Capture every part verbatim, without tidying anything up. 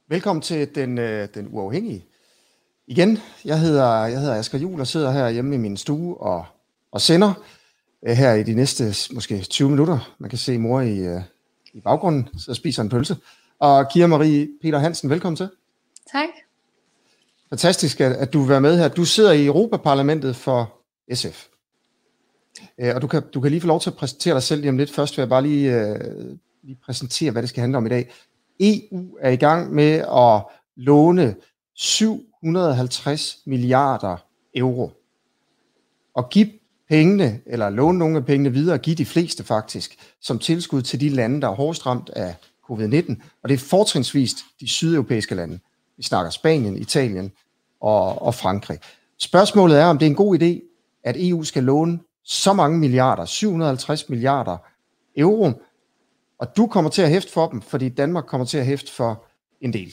Velkommen til den, øh, den uafhængige. Igen, jeg hedder, jeg hedder Asger Juhl og sidder her hjemme i min stue og, og sender øh, her i de næste måske tyve minutter. Man kan se mor i, øh, i baggrunden, så spiser en pølse. Og Kira Marie Peter Hansen, velkommen til. Tak. Fantastisk, at, at du vil være med her. Du sidder i Europaparlamentet for S F. Øh, og du kan, du kan lige få lov til at præsentere dig selv lige om lidt. Først vil jeg bare lige, øh, lige præsentere, hvad det skal handle om i dag. E U er i gang med at låne syv hundrede og halvtreds milliarder euro. Og give pengene, eller låne nogle af pengene videre, give de fleste faktisk, som tilskud til de lande, der er hårdest ramt af covid nitten. Og det er fortrinsvist de sydeuropæiske lande. Vi snakker Spanien, Italien og, og Frankrig. Spørgsmålet er, om det er en god idé, at E U skal låne så mange milliarder, syv hundrede og halvtreds milliarder euro, og du kommer til at hæfte for dem, fordi Danmark kommer til at hæfte for en del.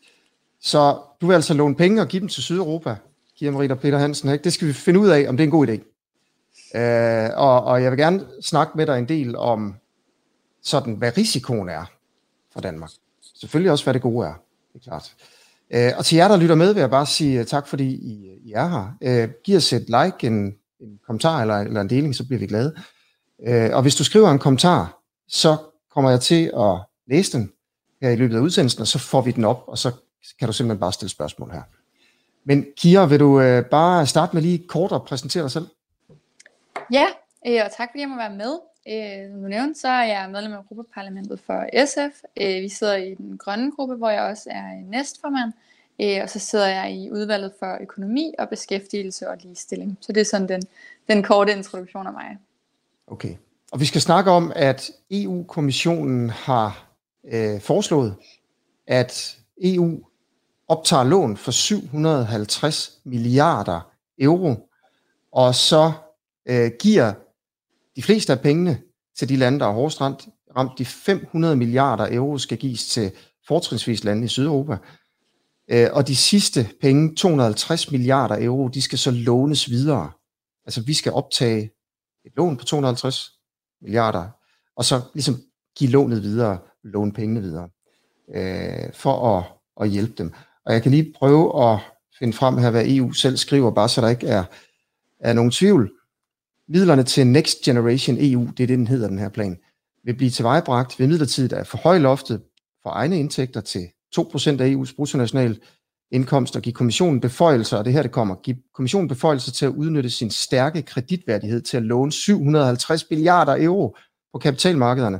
Så du vil altså låne penge og give dem til Sydeuropa, Kira Marie og Peter Hansen. Ikke? Det skal vi finde ud af, om det er en god idé. Øh, og, og jeg vil gerne snakke med dig en del om, sådan, hvad risikoen er for Danmark. Selvfølgelig også, hvad det gode er. Det er klart. Øh, og til jer, der lytter med, vil jeg bare sige tak, fordi I, I er her. Øh, giv os et like, en, en kommentar eller, eller en deling, så bliver vi glade. Øh, og hvis du skriver en kommentar, så kommer jeg til at læse den her i løbet af udsendelsen, og så får vi den op, og så kan du simpelthen bare stille spørgsmål her. Men Kira, vil du øh, bare starte med lige kort at præsentere dig selv? Ja, øh, og tak fordi jeg må være med. Øh, som du nævnte, så er jeg medlem af Europaparlamentet for S F. Øh, vi sidder i den grønne gruppe, hvor jeg også er næstformand. Øh, og så sidder jeg i udvalget for økonomi og beskæftigelse og ligestilling. Så det er sådan den, den korte introduktion af mig. Okay. Og vi skal snakke om, at E U-kommissionen har øh, foreslået, at E U optager lån for syv hundrede og halvtreds milliarder euro, og så øh, giver de fleste af pengene til de lande, der er hårdest ramt. ramt. De fem hundrede milliarder euro skal gives til fortrinsvis lande i Sydeuropa. Øh, og de sidste penge, to hundrede og halvtreds milliarder euro, de skal så lånes videre. Altså vi skal optage et lån på to hundrede og halvtreds milliarder, og så ligesom give lånet videre, låne pengene videre, øh, for at, at hjælpe dem. Og jeg kan lige prøve at finde frem her, hvad E U selv skriver, bare så der ikke er, er nogen tvivl. Midlerne til Next Generation E U, det er det, den hedder, den her plan, vil blive tilvejebragt ved midlertidigt at forhøje loftet for egne indtægter til to procent af E U's bruttonational indkomst og give kommissionen beføjelser, og det her det kommer, give kommissionen beføjelser til at udnytte sin stærke kreditværdighed til at låne syv hundrede og halvtreds milliarder euro på kapitalmarkederne.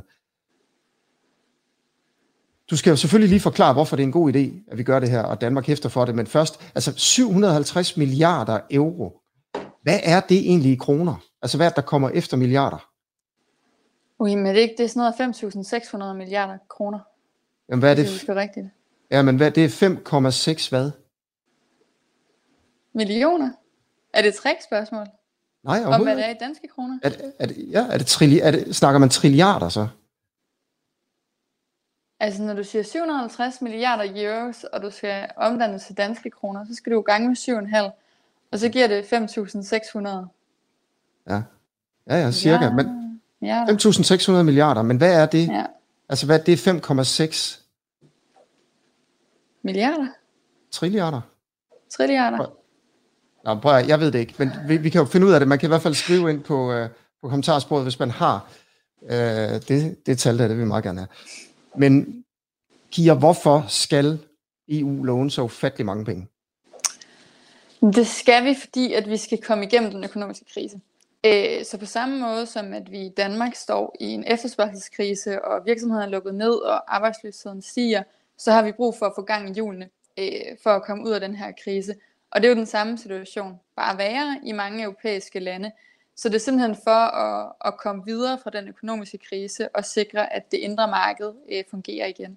Du skal jo selvfølgelig lige forklare, hvorfor det er en god idé, at vi gør det her, og Danmark hæfter for det, men først, altså syv hundrede og halvtreds milliarder euro, hvad er det egentlig i kroner? Altså hvad er det, der kommer efter milliarder? Ui, men det er, ikke, det er sådan noget fem tusind seks hundrede milliarder kroner. Jamen hvad er det? Det er rigtigt. Ja, men hvad, det er fem komma seks hvad? Millioner? Er det et trickspørgsmål? Nej, om hvad det er i danske kroner? Er det, er det, ja, er det, trilli, er det snakker man trilliarder så? Altså når du siger syv hundrede og halvtreds milliarder euros, og du skal omdanne til danske kroner, så skal du gange med syv komma fem, og så giver det fem tusind seks hundrede. Ja, ja, ja cirka. Ja, men ja. fem tusind seks hundrede milliarder, men hvad er det? Ja. Altså hvad det er fem komma seks milliarder? Trilliarder? Trilliarder. Nå, prøv at, jeg ved det ikke, men vi, vi kan jo finde ud af det. Man kan i hvert fald skrive ind på, øh, på kommentarsporet, hvis man har øh, det, det tal der, det vil vi meget gerne have. Men Kira, hvorfor skal E U låne så ufattelig mange penge? Det skal vi, fordi at vi skal komme igennem den økonomiske krise. Så på samme måde som at vi i Danmark står i en efterspørgselskrise, og virksomheden er lukket ned, og arbejdsløsheden stiger, så har vi brug for at få gang i hjulene, for at komme ud af den her krise. Og det er jo den samme situation, bare værre i mange europæiske lande. Så det er simpelthen for at, at komme videre fra den økonomiske krise, og sikre, at det indre marked fungerer igen.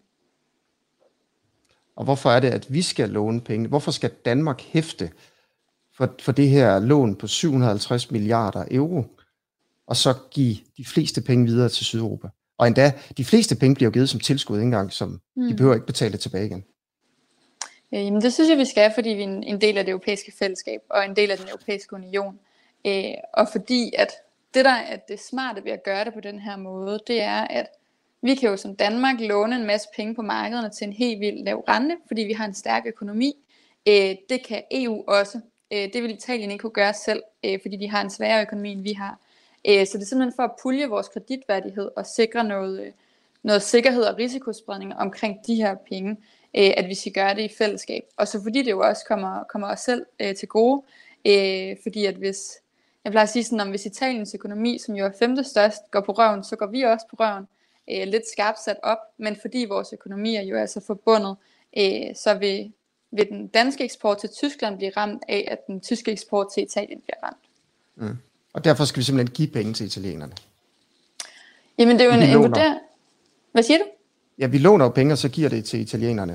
Og hvorfor er det, at vi skal låne penge? Hvorfor skal Danmark hæfte for, for det her lån på syv hundrede og halvtreds milliarder euro, og så give de fleste penge videre til Sydeuropa? Og endda, de fleste penge bliver jo givet som tilskud ikke engang, som mm. de behøver ikke betale tilbage igen. Øh, jamen det synes jeg, vi skal, fordi vi er en, en del af det europæiske fællesskab, og en del af den europæiske union. Øh, og fordi at det, der er det smarte ved at gøre det på den her måde, det er, at Vi kan jo som Danmark låne en masse penge på markederne til en helt vildt lav rente, fordi vi har en stærk økonomi. Øh, det kan E U også. Øh, det vil Italien ikke kunne gøre selv, øh, fordi de har en sværere økonomi, end vi har. Øh, så det er simpelthen for at pulje vores kreditværdighed og sikre noget, øh, noget sikkerhed og risikospredning omkring de her penge, øh, at vi skal gøre det i fællesskab. Og så fordi det jo også kommer, kommer os selv øh, til gode, øh, fordi at hvis, jeg plejer at sige sådan, om hvis Italiens økonomi, som jo er femte størst, går på røven, så går vi også på røven. Øh, lidt skarpt sat op, men fordi vores økonomi er jo altså forbundet, øh, så vil, vil den danske eksport til Tyskland blive ramt af, at den tyske eksport til Italien bliver ramt. Mm. Og derfor skal vi simpelthen give penge til italienerne. Jamen det er jo en, en vurdering. Hvad siger du? Ja, vi låner jo penge, og så giver det til italienerne.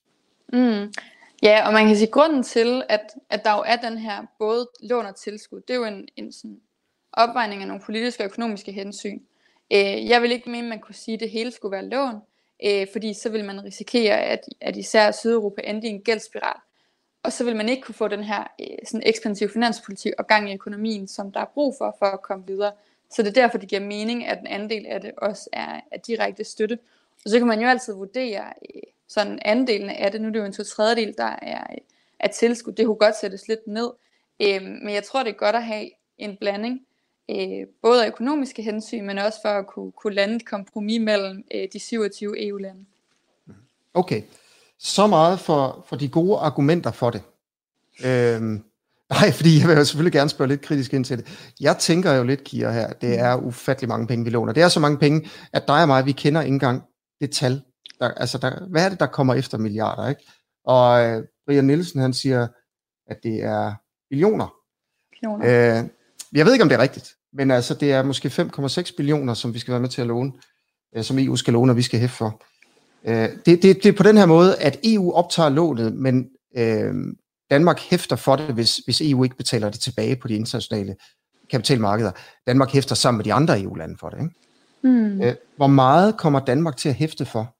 Mm. Ja, og man kan sige, grunden til, at, at der jo er den her både lån og tilskud, det er jo en, en sådan opvejning af nogle politiske og økonomiske hensyn. Øh, jeg vil ikke mene, at man kunne sige, at det hele skulle være lån, øh, fordi så vil man risikere, at, at især Sydeuropa endte i en gældsspiral. Og så vil man ikke kunne få den her øh, sådan ekspansiv finanspolitik og gang i økonomien, som der er brug for, for at komme videre. Så det er derfor, det giver mening, at en andel af det også er, er direkte støtte. Og så kan man jo altid vurdere øh, sådan andelen af det. Nu er det jo en to tredjedel, der er, øh, er tilskud. Det kunne godt sættes lidt ned. Øh, men jeg tror, det er godt at have en blanding. Øh, både af økonomiske hensyn, men også for at kunne, kunne lande et kompromis mellem øh, de syvogtyve E U-lande. Okay, så meget for, for de gode argumenter for det. Øhm, nej, fordi jeg vil jo selvfølgelig gerne spørge lidt kritisk ind til det. Jeg tænker jo lidt, Kira, her, det er ufattelig mange penge, vi låner. Det er så mange penge, at dig og mig, vi kender ikke engang det tal. Der, altså, der, hvad er det, der kommer efter milliarder, ikke? Og øh, Brian Nielsen, han siger, at det er billioner. billioner. Øh, Jeg ved ikke, om det er rigtigt, men altså, det er måske fem komma seks billioner, som vi skal være med til at låne, øh, som E U skal låne, og vi skal hæfte for. Øh, det, det, det er på den her måde, at E U optager lånet, men øh, Danmark hæfter for det, hvis, hvis E U ikke betaler det tilbage på de internationale kapitalmarkeder. Danmark hæfter sammen med de andre E U-lande for det, ikke? Mm. Øh, hvor meget kommer Danmark til at hæfte for?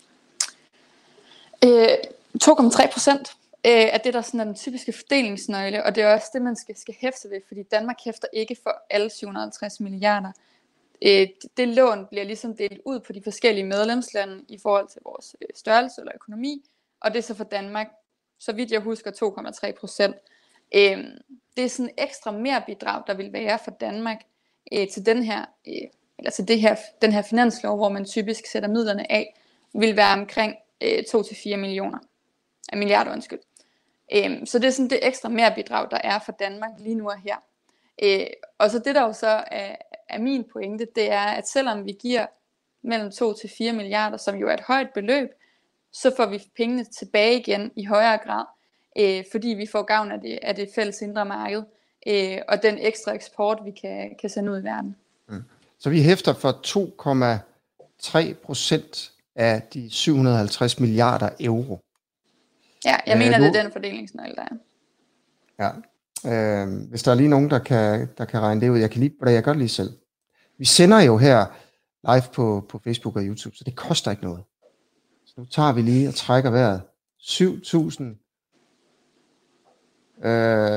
Øh, to komma tre procent. At det der sådan er den typiske fordelingsnøgle, og det er også det, man skal, skal hæfte ved, fordi Danmark hæfter ikke for alle syv hundrede og halvtreds milliarder. Det, det lån bliver ligesom delt ud på de forskellige medlemslande i forhold til vores størrelse eller økonomi, og det er så for Danmark, så vidt jeg husker, to komma tre procent. Det er sådan en ekstra merbidrag, der vil være for Danmark til den her, eller til det her, den her finanslov, hvor man typisk sætter midlerne af, vil være omkring to til fire millioner. milliarder, undskyld. Øhm, så det er sådan det ekstra merbidrag, der er for Danmark lige nu og her. Øh, og så det der jo så er, er min pointe, det er, at selvom vi giver mellem to til fire milliarder, som jo er et højt beløb, så får vi pengene tilbage igen i højere grad, øh, fordi vi får gavn af det, af det fælles indre marked, øh, og den ekstra eksport, vi kan, kan sende ud i verden. Mm. Så vi hæfter for to komma tre procent af de syv hundrede og halvtreds milliarder euro. Ja, jeg mener, øh, det er den fordelingsnøgle, der er. Ja. Øh, hvis der er lige nogen, der kan, der kan regne det ud, jeg kan lige, jeg gør det lige selv. Vi sender jo her live på, på Facebook og YouTube, så det koster ikke noget. Så nu tager vi lige og trækker vejret. syv tusind. Øh,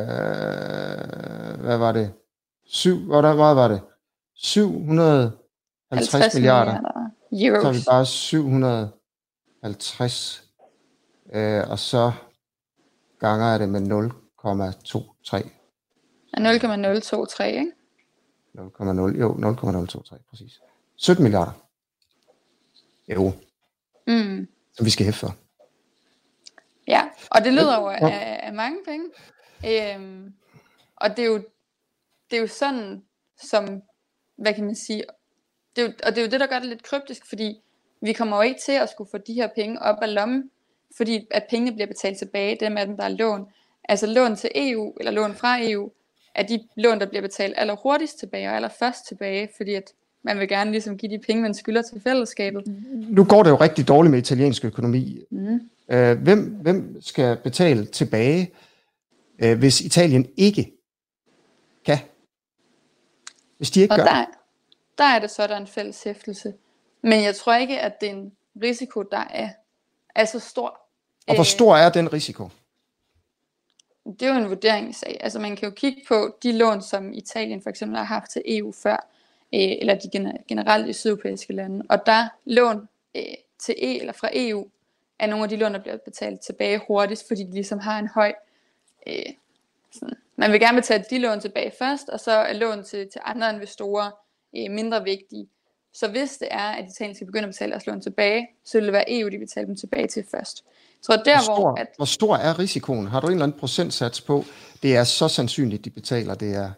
hvad var det? syv, hvad var det? syv hundrede og halvtreds milliarder. milliarder. Så har vi bare syv hundrede og halvtreds. Øh, og så ganger jeg det med nul komma to tre. Ja, nul komma nul to tre, ikke? nul komma nul, jo, nul komma nul to tre, præcis. sytten milliarder euro, mm. som vi skal hæfte for. Ja, og det lyder jo af, af mange penge. Øhm, og det er, jo, det er jo sådan, som, hvad kan man sige, det er jo, og det er jo det, der gør det lidt kryptisk, fordi vi kommer jo ikke til at skulle få de her penge op af lommen, fordi at pengene bliver betalt tilbage, dem af dem, der er lån. Altså lån til E U, eller lån fra E U, er de lån, der bliver betalt aller hurtigst tilbage, og aller først tilbage, fordi at man vil gerne ligesom give de penge, man skylder til fællesskabet. Nu går det jo rigtig dårligt med italiensk økonomi. Mm. Øh, hvem, hvem skal betale tilbage, øh, hvis Italien ikke kan? Hvis de ikke og gør der, der er det så, der er en fælles hæftelse. Men jeg tror ikke, at det er en risiko, der er, er så stor. Og hvor stor er den risiko? Det er jo en vurderingssag. Altså man kan jo kigge på de lån, som Italien for eksempel har haft til E U før. eller de generelt i sydeuropæiske lande. Og der lån øh, til E eller fra E U er nogle af de lån, der bliver betalt tilbage hurtigst, fordi de ligesom har en høj... Øh, sådan. Man vil gerne betale de lån tilbage først, og så er lån til, til andre investorer øh, mindre vigtige. Så hvis det er, at Italien skal begynde at betale deres lån tilbage, så vil det være E U, de betaler dem tilbage til først. Så der, hvor, stor, hvor, at, hvor stor er risikoen? Har du en eller anden procentsats på, det er så sandsynligt, de betaler, det er...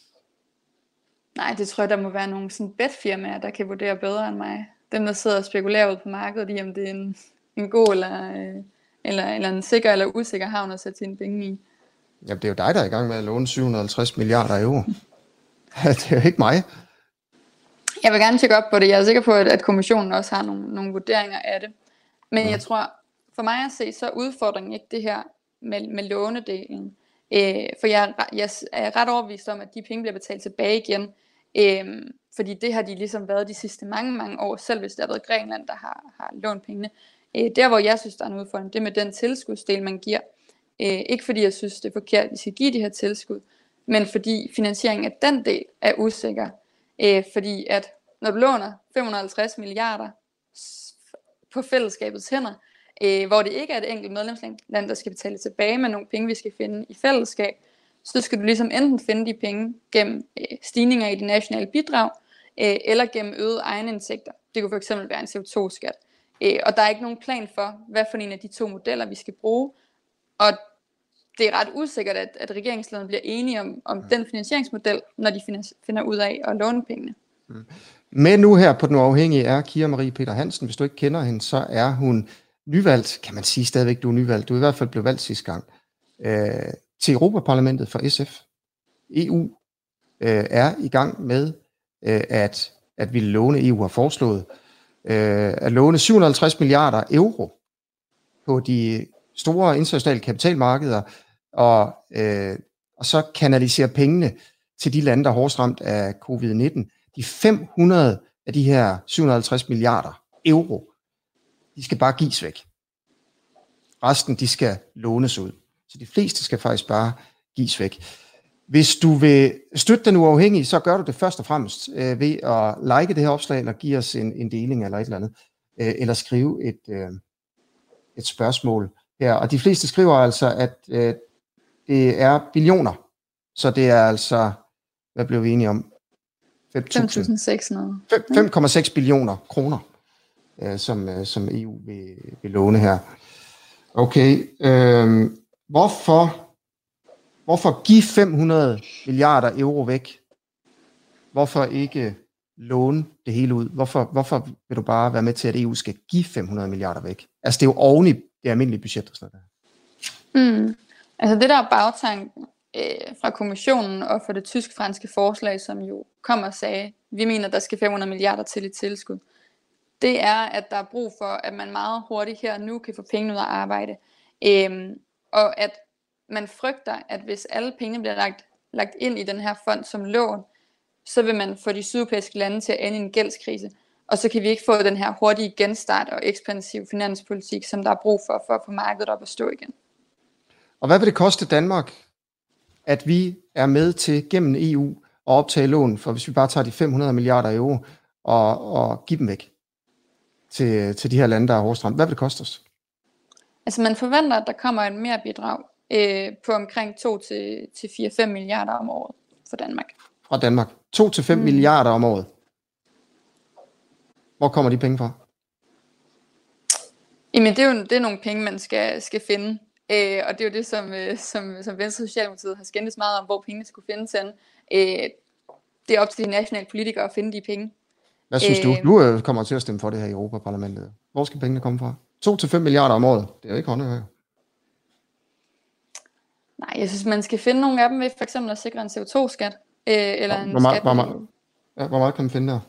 Nej, det tror jeg, der må være nogle sådan betfirmaer, der kan vurdere bedre end mig. Dem, der sidder og spekulerer ud på markedet i, om det er en, en god eller, øh, eller, eller en sikker eller usikker havn at sætte sine penge i. Jamen, det er jo dig, der er i gang med at låne syv hundrede og halvtreds milliarder euro. Det er jo ikke mig. Jeg vil gerne tjekke op på det. Jeg er sikker på, at, at kommissionen også har nogle, nogle vurderinger af det. Men ja. jeg tror, for mig at se, så er udfordringen ikke det her med, med lånedelen. Øh, for jeg, jeg er ret overbevist om, at de penge bliver betalt tilbage igen. Øh, fordi det har de ligesom været de sidste mange, mange år, selv hvis det har været Grækenland, der har, har lånt pengene. Øh, der, hvor jeg synes, der er en udfordring, det er med den tilskudsdel, man giver. Øh, ikke fordi jeg synes, det er forkert, at vi skal give de her tilskud, men fordi finansieringen af den del er usikker. Øh, fordi at når du låner fem hundrede og halvtreds milliarder på fællesskabets hænder, øh, hvor det ikke er et enkelt medlemsland, der skal betale tilbage med nogle penge, vi skal finde i fællesskab, så skal du ligesom enten finde de penge gennem øh, stigninger i de nationale bidrag, øh, eller gennem øget egenindtægter. Det kunne for eksempel være en C O to skat. Øh, og der er ikke nogen plan for, hvad for en af de to modeller, vi skal bruge. Og det er ret usikkert, at, at regeringslederne bliver enige om, om mm. den finansieringsmodel, når de finder, finder ud af at låne pengene. Mm. Men nu her på Den Uafhængige er Kira Marie Peter Hansen. Hvis du ikke kender hende, så er hun nyvalgt, kan man sige stadigvæk, du er nyvalgt. Du er i hvert fald blevet valgt sidste gang øh, til Europaparlamentet for S F. E U øh, er i gang med, øh, at, at vi låne, E U har foreslået, øh, at låne syv hundrede og halvtreds milliarder euro på de store internationale kapitalmarkeder, og, øh, og så kanalisere pengene til de lande, der er hårdest ramt af covid nitten. De fem hundrede af de her syv hundrede og halvtreds milliarder euro, de skal bare gives væk. Resten, de skal lånes ud. Så de fleste skal faktisk bare gives væk. Hvis du vil støtte Den Uafhængige, så gør du det først og fremmest øh, ved at like det her opslag, eller give os en, en deling eller et eller andet, øh, eller skrive et, øh, et spørgsmål her. Og de fleste skriver altså, at øh, det er billioner. Så det er altså, hvad blev vi enige om? fem tusind seks hundrede. fem komma seks billioner kroner, øh, som, øh, som E U vil, vil låne her. Okay, øh, hvorfor, hvorfor give fem hundrede milliarder euro væk? Hvorfor ikke låne det hele ud? Hvorfor, hvorfor vil du bare være med til, at E U skal give fem hundrede milliarder væk? Altså, det er jo oven i det almindelige budget og sådan noget. Mm. Altså, det der er bagtanken øh, fra kommissionen og for det tysk-franske forslag, som jo kom og sagde, vi mener, der skal fem hundrede milliarder til et tilskud, det er, at der er brug for, at man meget hurtigt her nu kan få penge ud af arbejde. Øhm, og at man frygter, at hvis alle pengene bliver lagt, lagt ind i den her fond som lån, så vil man få de sydeuropæiske lande til at ende i en gældskrise. Og så kan vi ikke få den her hurtige genstart og ekspansiv finanspolitik, som der er brug for, for at få markedet op at stå igen. Og hvad vil det koste Danmark, at vi er med til gennem E U at optage lån, for hvis vi bare tager de fem hundrede milliarder euro og, og give dem væk til, til de her lande, der er hårdest ramt? Hvad vil det koste os? Altså man forventer, at der kommer en mere bidrag øh, på omkring to til fire til fem milliarder om året for Danmark. Fra Danmark. to til fem mm. milliarder om året. Hvor kommer de penge fra? Jamen det er jo det er nogle penge, man skal, skal finde. Øh, og det er jo det, som, øh, som, som Venstre Socialdemokratiet har skændes meget om, hvor pengene skulle findes hen. Øh, det er op til de nationale politikere at finde de penge. Hvad synes øh, du? Du kommer til at stemme for det her i Europaparlamentet. Hvor skal pengene komme fra? to til fem milliarder om året. Det er jo ikke håndhøj. Nej, jeg synes, man skal finde nogle af dem ved for eksempel at sikre en C O to skat. Øh, eller en hvor, meget, skat hvor, meget, ja, hvor meget kan man finde der?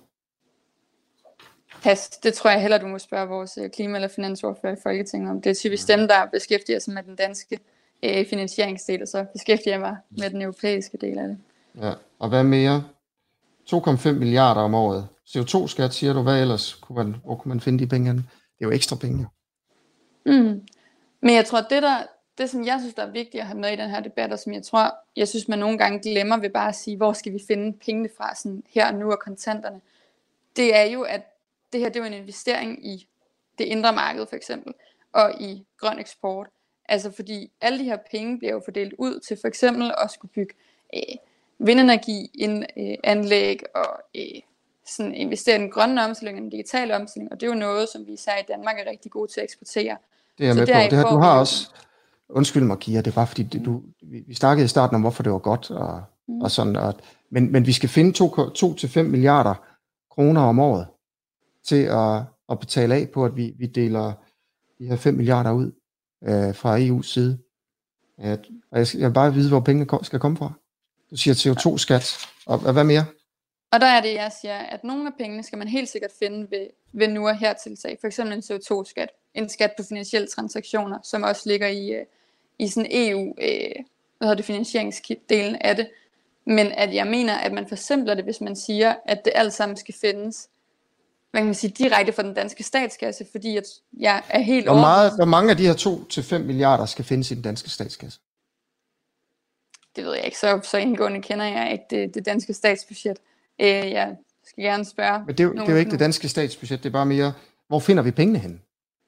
Pas, det tror jeg heller, du må spørge vores klima- eller finansordfører i Folketinget om. Det er typisk dem, der beskæftiger sig med den danske øh, finansieringsdel, og så beskæftiger jeg mig med den europæiske del af det. Ja, og hvad mere? to komma fem milliarder om året. C O to skat, siger du, hvad ellers? Kunne man, hvor kunne man finde de penge hen? Det er jo ekstra penge. Mm. Men jeg tror, at det der, det, som jeg synes, der er vigtigt at have med i den her debat, og som jeg tror, jeg synes, man nogle gange glemmer ved bare at sige, hvor skal vi finde pengene fra sådan her og nu og kontanterne, det er jo, at det her det er jo en investering i det indre marked for eksempel, og i grøn eksport. Altså fordi alle de her penge bliver jo fordelt ud til for eksempel at skulle bygge øh, vindenergi, ind, øh, anlæg og øh, sådan investere i den grønne omstilling og den digitale omstilling, og det er jo noget, som vi især i Danmark er rigtig gode til at eksportere. Det er jeg med på. Det her, du har også, undskyld mig, Kia, det er bare fordi, det, du, vi, vi snakkede i starten om, hvorfor det var godt, og, mm. og sådan, og, men, men vi skal finde to til fem milliarder kroner om året til at, at betale af på, at vi, vi deler de her fem milliarder ud øh, fra E U's side. Øh, og jeg, skal, jeg vil bare vide, hvor pengene skal komme fra. Du siger C O to skat, og, og hvad mere? Og der er det, jeg siger, at nogle af pengene skal man helt sikkert finde ved, ved nu og her tiltag. For eksempel en C O to skat, en skat på finansielle transaktioner, som også ligger i, i sådan E U, øh, hvad hedder det, finansieringsdelen af det. Men at jeg mener, at man forsimpler det, hvis man siger, at det alt sammen skal findes, hvad kan man sige, direkte fra den danske statskasse, fordi at jeg er helt hvor, meget, hvor mange af de her to til fem milliarder skal findes i den danske statskasse? Det ved jeg ikke, så, så indgående kender jeg ikke det, det danske statsbudget. Øh, jeg skal gerne spørge. Men det er, jo, det er jo ikke det danske statsbudget, det er bare mere, hvor finder vi pengene hen?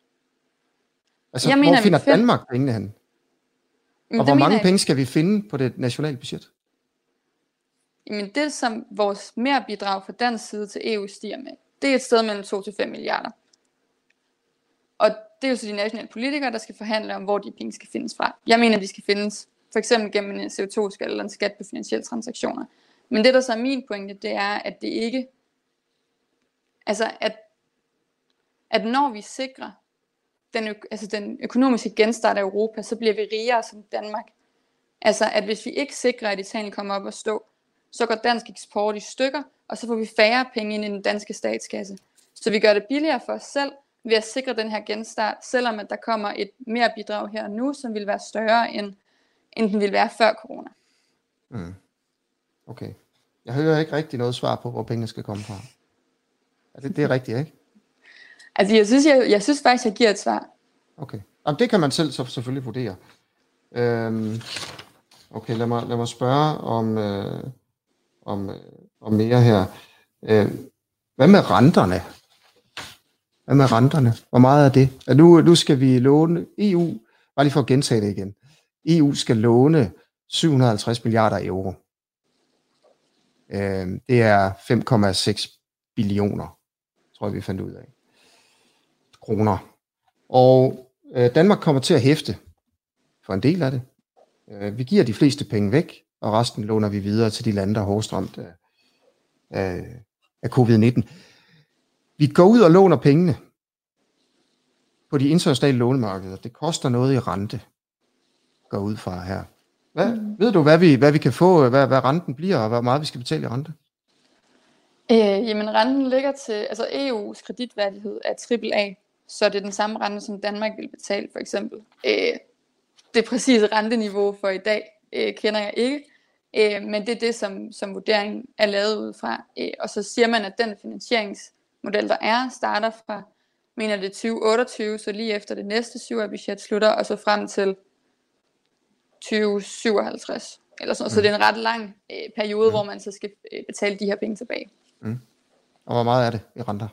Altså, jeg hvor mener, finder find... Danmark pengene hen? Og hvor mange jeg... penge skal vi finde på det nationale budget? Jamen det, som vores merbidrag fra dansk side til E U stiger med, det er et sted mellem to til fem milliarder. Og det er jo så de nationale politikere, der skal forhandle om, hvor de penge skal findes fra. Jeg mener, de skal findes for eksempel gennem en C O to skat eller en skat på finansielle transaktioner. Men det, der så er min pointe, det er, at det ikke, altså at, at når vi sikrer den, ø- altså den økonomiske genstart af Europa, så bliver vi rigere som Danmark. Altså at hvis vi ikke sikrer, at Italien kommer op og stå, så går dansk eksport i stykker, og så får vi færre penge ind i den danske statskasse. Så vi gør det billigere for os selv, ved at sikre den her genstart, selvom at der kommer et mere bidrag her nu, som vil være større, end, end den ville være før corona. Mm. Okay. Jeg hører ikke rigtig noget svar på, hvor pengene skal komme fra. Er det, det er rigtigt, ikke? Altså, jeg synes, jeg, jeg synes faktisk, jeg giver et svar. Okay. Jamen, det kan man selv så selvfølgelig vurdere. Øhm, okay, lad mig, lad mig spørge om, øh, om, øh, om mere her. Øh, hvad med renterne? Hvad med renterne? Hvor meget er det? Ja, nu, nu skal vi låne E U, bare lige for at gentage det igen. E U skal låne syv hundrede og halvtreds milliarder euro. Øh, det er fem komma seks billioner, tror jeg, vi fandt ud af. Kroner. Og øh, Danmark kommer til at hæfte for en del af det. Øh, vi giver de fleste penge væk, og resten låner vi videre til de lande, der er hårdest ramt af, af, af covid nitten. Vi går ud og låner pengene på de internationale lånemarkeder. Det koster noget i rente, går ud fra her. Hvad, mm. Ved du, hvad vi, hvad vi kan få, hvad, hvad renten bliver, og hvor meget vi skal betale i rente? Øh, jamen, renten ligger til, altså E U's kreditværdighed er triple A, så det er den samme rente, som Danmark vil betale, for eksempel. Øh, det præcise renteniveau for i dag øh, kender jeg ikke, øh, men det er det, som, som vurderingen er lavet ud fra. Øh, og så siger man, at den finansieringsmodel, der er, starter fra, mener det tyve otteogtyve, så lige efter det næste syvårige budget slutter, og så frem til tyve syvoghalvtreds. Eller sådan. Mm. Så det er en ret lang øh, periode, mm. hvor man så skal øh, betale de her penge tilbage. Mm. Og hvor meget er det i renter?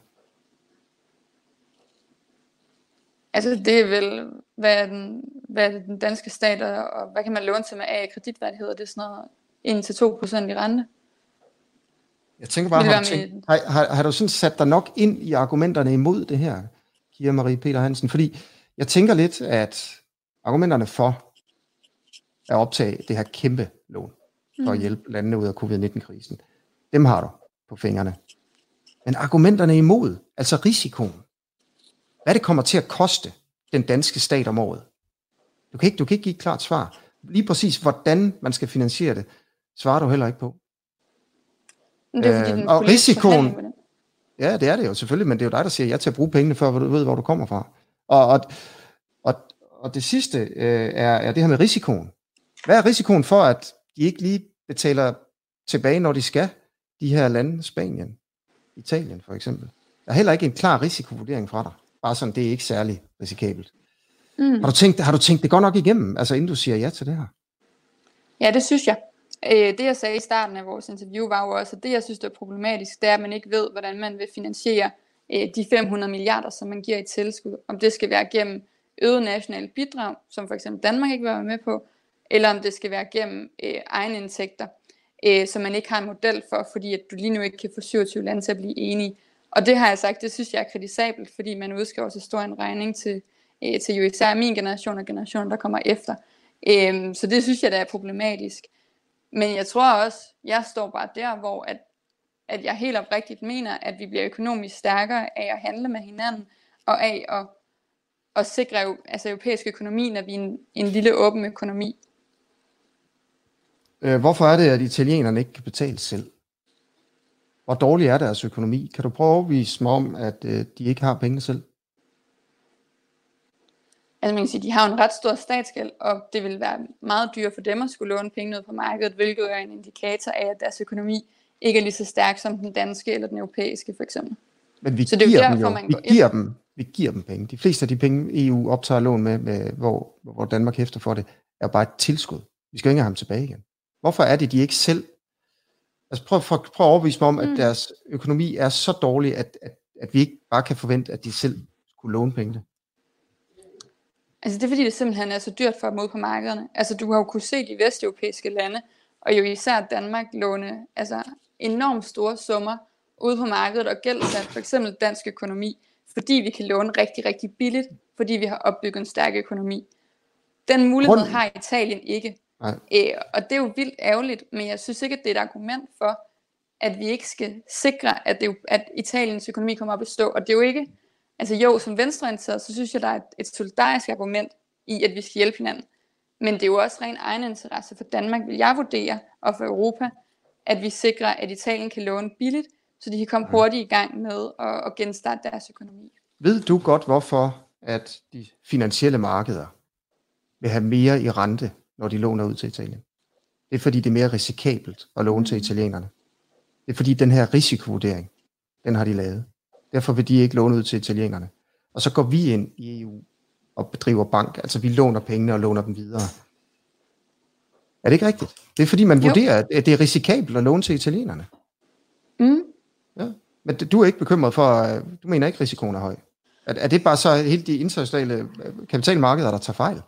Altså det er vel, hvad er den, hvad er den danske stat, og hvad kan man låne til med af kreditværdighed, og det er sådan noget en til to procent i rente. Jeg tænker bare, har du, tænkt, har, har, har du sådan sat dig nok ind i argumenterne imod det her, Kia Marie Peter Hansen? Fordi jeg tænker lidt, at argumenterne for at optage det her kæmpe lån, for at hjælpe landene ud af covid nitten-krisen, dem har du på fingrene. Men argumenterne imod, altså risikoen, hvad det kommer til at koste den danske stat om året. Du kan ikke, du kan ikke give et klart svar. Lige præcis, hvordan man skal finansiere det, svarer du heller ikke på. Det er, fordi øh, og risikoen, ja, det er det jo selvfølgelig, men det er jo dig, der siger ja til at bruge pengene, før du ved, hvor du kommer fra. Og, og, og, og det sidste øh, er, er det her med risikoen. Hvad er risikoen for, at de ikke lige betaler tilbage, når de skal, de her lande, Spanien, Italien for eksempel? Der er heller ikke en klar risikovurdering fra dig. Bare sådan, det er ikke særlig risikabelt. Mm. Har du tænkt, har du tænkt det godt nok igennem, altså inden du siger ja til det her? Ja, det synes jeg. Det jeg sagde i starten af vores interview var jo også, at det jeg synes der er problematisk, det er, at man ikke ved, hvordan man vil finansiere de fem hundrede milliarder, som man giver i tilskud. Om det skal være gennem øget nationale bidrag, som for eksempel Danmark ikke vil være med på, eller om det skal være gennem øh, egne indtægter, øh, som man ikke har en model for, fordi at du lige nu ikke kan få syvogtyve lande til at blive enige. Og det har jeg sagt, det synes jeg er kritisabelt, fordi man udskriver så stor en regning til, øh, til jo især min generation og generationen, der kommer efter. Øh, så det synes jeg, der er problematisk. Men jeg tror også, jeg står bare der, hvor at, at jeg helt oprigtigt mener, at vi bliver økonomisk stærkere af at handle med hinanden, og af at, at sikre altså europæisk økonomi, når vi er en, en lille åben økonomi. Hvorfor er det, at italienerne ikke kan betale selv? Hvor dårlig er deres økonomi? Kan du prøve at overbevise mig om, at de ikke har penge selv? Altså man kan sige, de har en ret stor statsgæld, og det vil være meget dyrt for dem at skulle låne penge ud på markedet, hvilket er en indikator af, at deres økonomi ikke er lige så stærk som den danske eller den europæiske for eksempel. Men vi så det giver er dem derfor, jo, man vi går giver dem, vi giver dem penge. De fleste af de penge, E U optager lån med, med hvor, hvor Danmark hæfter for det, er bare et tilskud. Vi skal jo ikke have ham tilbage igen. Hvorfor er det, de ikke selv... Altså prøv, prøv, prøv at overbevise mig om, at mm. deres økonomi er så dårlig, at, at, at vi ikke bare kan forvente, at de selv skulle låne penge. Altså det er fordi, det simpelthen er så dyrt for at mod på markederne. Altså du har jo kunnet se de vesteuropæiske lande, og jo især Danmark låne altså enormt store summer ude på markedet og gældsat for eksempel dansk økonomi, fordi vi kan låne rigtig, rigtig billigt, fordi vi har opbygget en stærk økonomi. Den mulighed Grund... har Italien ikke. Æ, og det er jo vildt ærgerligt, men jeg synes ikke, at det er et argument for, at vi ikke skal sikre, at, det jo, at Italiens økonomi kommer op at stå. Og det er jo ikke, altså jo, som venstreorienteret, så synes jeg, der er et, et solidarisk argument i, at vi skal hjælpe hinanden. Men det er jo også ren egeninteresse for Danmark, vil jeg vurdere, og for Europa, at vi sikrer, at Italien kan låne billigt, så de kan komme hurtigt i gang med at, at genstarte deres økonomi. Ved du godt, hvorfor at de finansielle markeder vil have mere i rente, når de låner ud til Italien? Det er fordi, det er mere risikabelt at låne mm. til italienerne. Det er fordi, den her risikovurdering, den har de lavet. Derfor vil de ikke låne ud til italienerne. Og så går vi ind i E U og bedriver bank. Altså vi låner pengene og låner dem videre. Er det ikke rigtigt? Det er fordi, man jo. vurderer, at det er risikabelt at låne til italienerne. Mm. Ja. Men du er ikke bekymret for, du mener ikke, risikoen er høj. Er, er det bare så helt de internationale kapitalmarkeder, der tager fejl?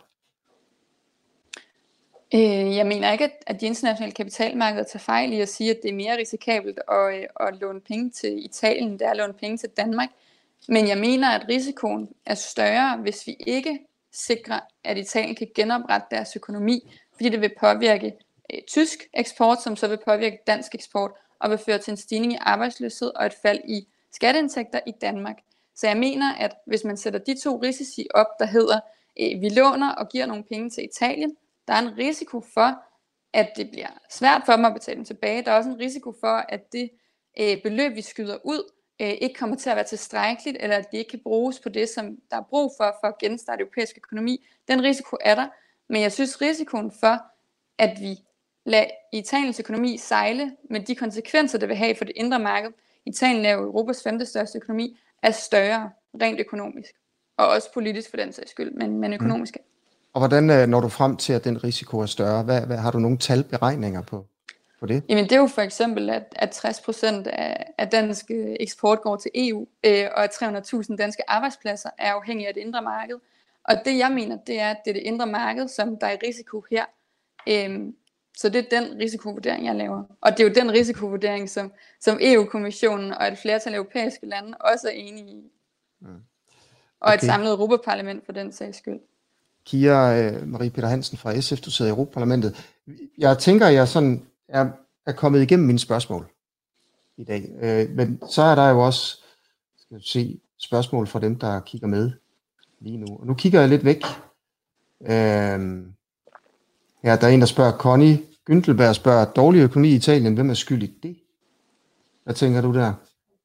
Øh, jeg mener ikke, at de internationale kapitalmarkeder tager fejl i at sige, at det er mere risikabelt at, at låne penge til Italien, end det er at låne penge til Danmark. Men jeg mener, at risikoen er større, hvis vi ikke sikrer, at Italien kan genoprette deres økonomi, fordi det vil påvirke øh, tysk eksport, som så vil påvirke dansk eksport, og vil føre til en stigning i arbejdsløshed og et fald i skatteindtægter i Danmark. Så jeg mener, at hvis man sætter de to risici op, der hedder, øh, vi låner og giver nogle penge til Italien, der er en risiko for, at det bliver svært for dem at betale dem tilbage. Der er også en risiko for, at det øh, beløb, vi skyder ud, øh, ikke kommer til at være tilstrækkeligt, eller at det ikke kan bruges på det, som der er brug for, for at genstarte europæisk økonomi. Den risiko er der, men jeg synes, risikoen for, at vi lader Italiens økonomi sejle med de konsekvenser, det vil have for det indre marked, Italien er jo Europas femte største økonomi, er større rent økonomisk, og også politisk for den sags skyld, men, men økonomisk. Mm. Og hvordan når du frem til, at den risiko er større? Hvad, hvad, har du nogle talberegninger på, på det? Jamen det er jo for eksempel, at, at tres procent af, af dansk eksport går til E U, øh, og at tre hundrede tusind danske arbejdspladser er afhængige af det indre marked. Og det jeg mener, det er, at det er det indre marked, som der er i risiko her. Øhm, så det er den risikovurdering, jeg laver. Og det er jo den risikovurdering, som, som E U-kommissionen og et flertal af europæiske lande også er enige i. Mm. Okay. Og et samlet Europaparlament for den sags skyld. Kira uh, Marie Peter Hansen fra S F, du sidder i Europaparlamentet. Jeg tænker, jeg sådan er, er kommet igennem mine spørgsmål i dag. Uh, men så er der jo også, skal du se, spørgsmål fra dem, der kigger med lige nu. Og nu kigger jeg lidt væk. Uh, ja, der er en, der spørger, Connie Güntelberg spørger, dårlig økonomi i Italien, hvem er skyld i det? Hvad tænker du der?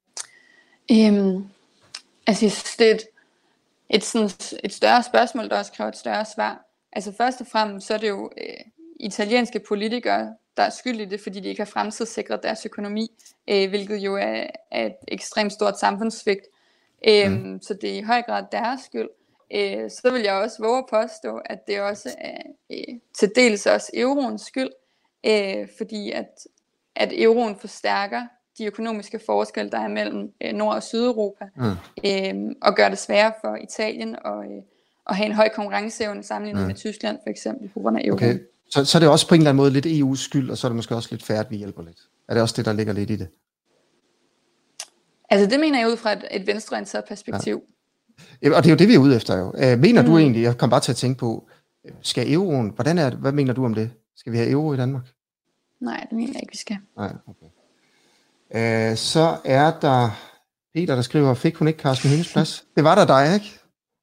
Um, altså, det er et Et, sådan, et større spørgsmål, der også kræver et større svar. Altså først og fremmest, så er det jo øh, italienske politikere, der er skyld i det, fordi de ikke har fremtidssikret deres økonomi, øh, hvilket jo er, er et ekstremt stort samfundssvigt. Øh, mm. Så det er i høj grad deres skyld. øh, så vil jeg også våge at påstå, at det også er øh, til dels også euroens skyld, øh, fordi at, at euroen forstærker de økonomiske forskelle, der er mellem øh, Nord- og Sydeuropa, mm. øh, og gør det sværere for Italien at, øh, at have en høj konkurrenceevne sammenlignet mm. med Tyskland for eksempel, på grund af euroen. Okay. Så, så er det også på en eller anden måde lidt E U's skyld, og så er det måske også lidt fair, at vi hjælper lidt. Er det også det, der ligger lidt i det? Altså det mener jeg ud fra et, et venstreorienteret perspektiv. Ja. Og det er jo det, vi er ude efter jo. Øh, mener mm. du egentlig, jeg kom bare til at tænke på, skal euroen, hvordan er det, hvad mener du om det? Skal vi have euro i Danmark? Nej, det mener jeg ikke, vi skal. Nej, okay. Øh, så er der Peter, der skriver, fik hun ikke Carsten Hønes plads? Det var der dig, ikke?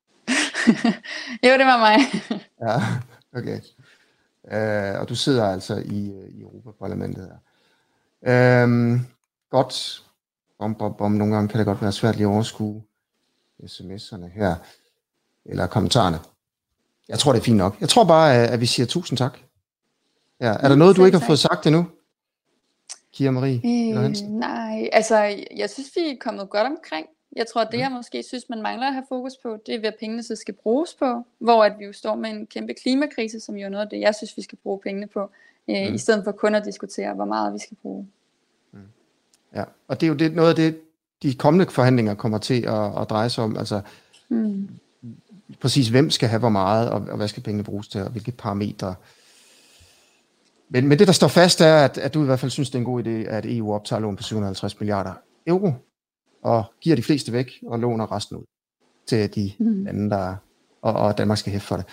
Jo, det var mig. Ja, okay. Øh, og du sidder altså i, i Europaparlamentet her. Øh, godt. Bom, bom, bom. Nogle gange kan det godt være svært lige at overskue sms'erne her, eller kommentarerne. Jeg tror, det er fint nok. Jeg tror bare, at vi siger tusind tak. Ja. Er der noget, du ikke har fået sagt endnu? Kira Marie? Øh, nej, altså jeg synes, vi er kommet godt omkring. Jeg tror, at det jeg måske synes, man mangler at have fokus på, det er, hvad pengene så skal bruges på, hvor at vi jo står med en kæmpe klimakrise, som jo er noget af det, jeg synes, vi skal bruge pengene på, øh, mm. i stedet for kun at diskutere, hvor meget vi skal bruge. Mm. Ja, og det er jo det, noget af det, de kommende forhandlinger kommer til at, at dreje sig om, altså mm. præcis hvem skal have hvor meget, og, og hvad skal pengene bruges til, og hvilke parametre. Men, men det, der står fast, er, at, at du i hvert fald synes, det er en god idé, at E U optager lån på syv hundrede og halvtreds milliarder euro, og giver de fleste væk, og låner resten ud til de mm. lande, der og, og Danmark skal hæfte for det.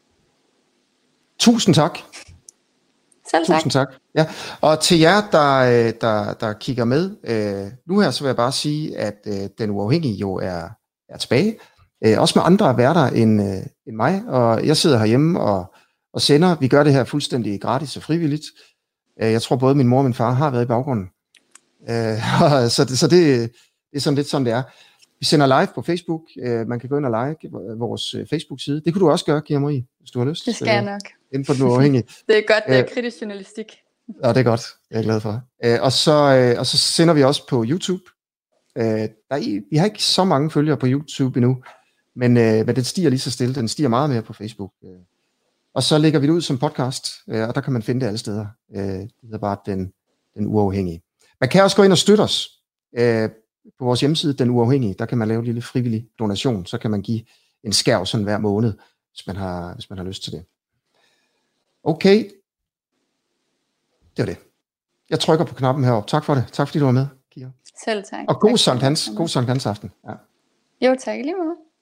Tusind tak. Selv tak. Tusind tak. Ja. Og til jer, der, der, der kigger med, øh, nu her, så vil jeg bare sige, at øh, Den Uafhængige jo er, er tilbage. Øh, også med andre værter end, øh, end mig, og jeg sidder herhjemme og, og sender. Vi gør det her fuldstændig gratis og frivilligt. Øh, jeg tror, både min mor og min far har været i baggrunden. Øh, så det, så det, det er sådan lidt sådan, det er. Vi sender live på Facebook. Øh, man kan gå ind og like vores Facebook-side. Det kunne du også gøre, Kira Marie, hvis du har lyst. Det skal jeg nok. Inden for Den Uafhængige. Det er godt, det er kritisk journalistik. Ja, det er godt. Jeg er glad for. Øh, og, så, øh, og så sender vi også på YouTube. Øh, der er, vi har ikke så mange følgere på YouTube endnu, men, øh, men den stiger lige så stille. Den stiger meget mere på Facebook. Øh. Og så lægger vi det ud som podcast, øh, og der kan man finde det alle steder. Øh, det hedder bare Den, den Uafhængige. Man kan også gå ind og støtte os. Øh, på vores hjemmeside, Den Uafhængige, der kan man lave en lille frivillig donation. Så kan man give en skærv sådan hver måned, hvis man har, hvis man har lyst til det. Okay. Det var det. Jeg trykker på knappen heroppe. Tak for det. Tak fordi du var med, Kira. Selv tak. Og god Sankt Hans. God Sankt Hans aften. Ja. Jo, tak lige måde.